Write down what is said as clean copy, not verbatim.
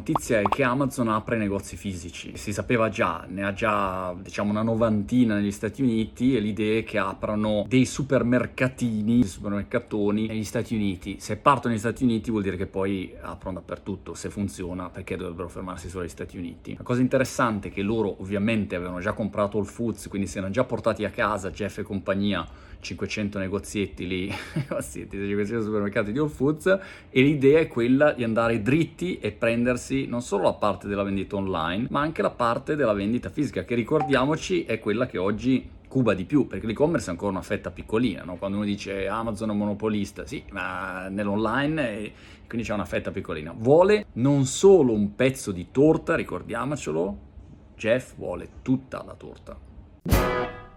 notizia è che Amazon apre negozi fisici. Si sapeva già, ne ha già diciamo una novantina negli Stati Uniti, e l'idea è che aprano dei supermercatoni negli Stati Uniti. Se partono negli Stati Uniti vuol dire che poi aprono dappertutto. Se funziona, perché dovrebbero fermarsi solo agli Stati Uniti? La cosa interessante è che loro ovviamente avevano già comprato Whole Foods, quindi si erano già portati a casa Jeff e compagnia 500 negozietti lì, 500 supermercati di Whole Foods, e l'idea è quella di andare dritti e prendersi non solo la parte della vendita online, ma anche la parte della vendita fisica, che ricordiamoci è quella che oggi cuba di più, perché l'e-commerce è ancora una fetta piccolina, no? Quando uno dice Amazon è un monopolista, sì, ma nell'online quindi c'è una fetta piccolina. Vuole non solo un pezzo di torta, ricordiamocelo, Jeff vuole tutta la torta.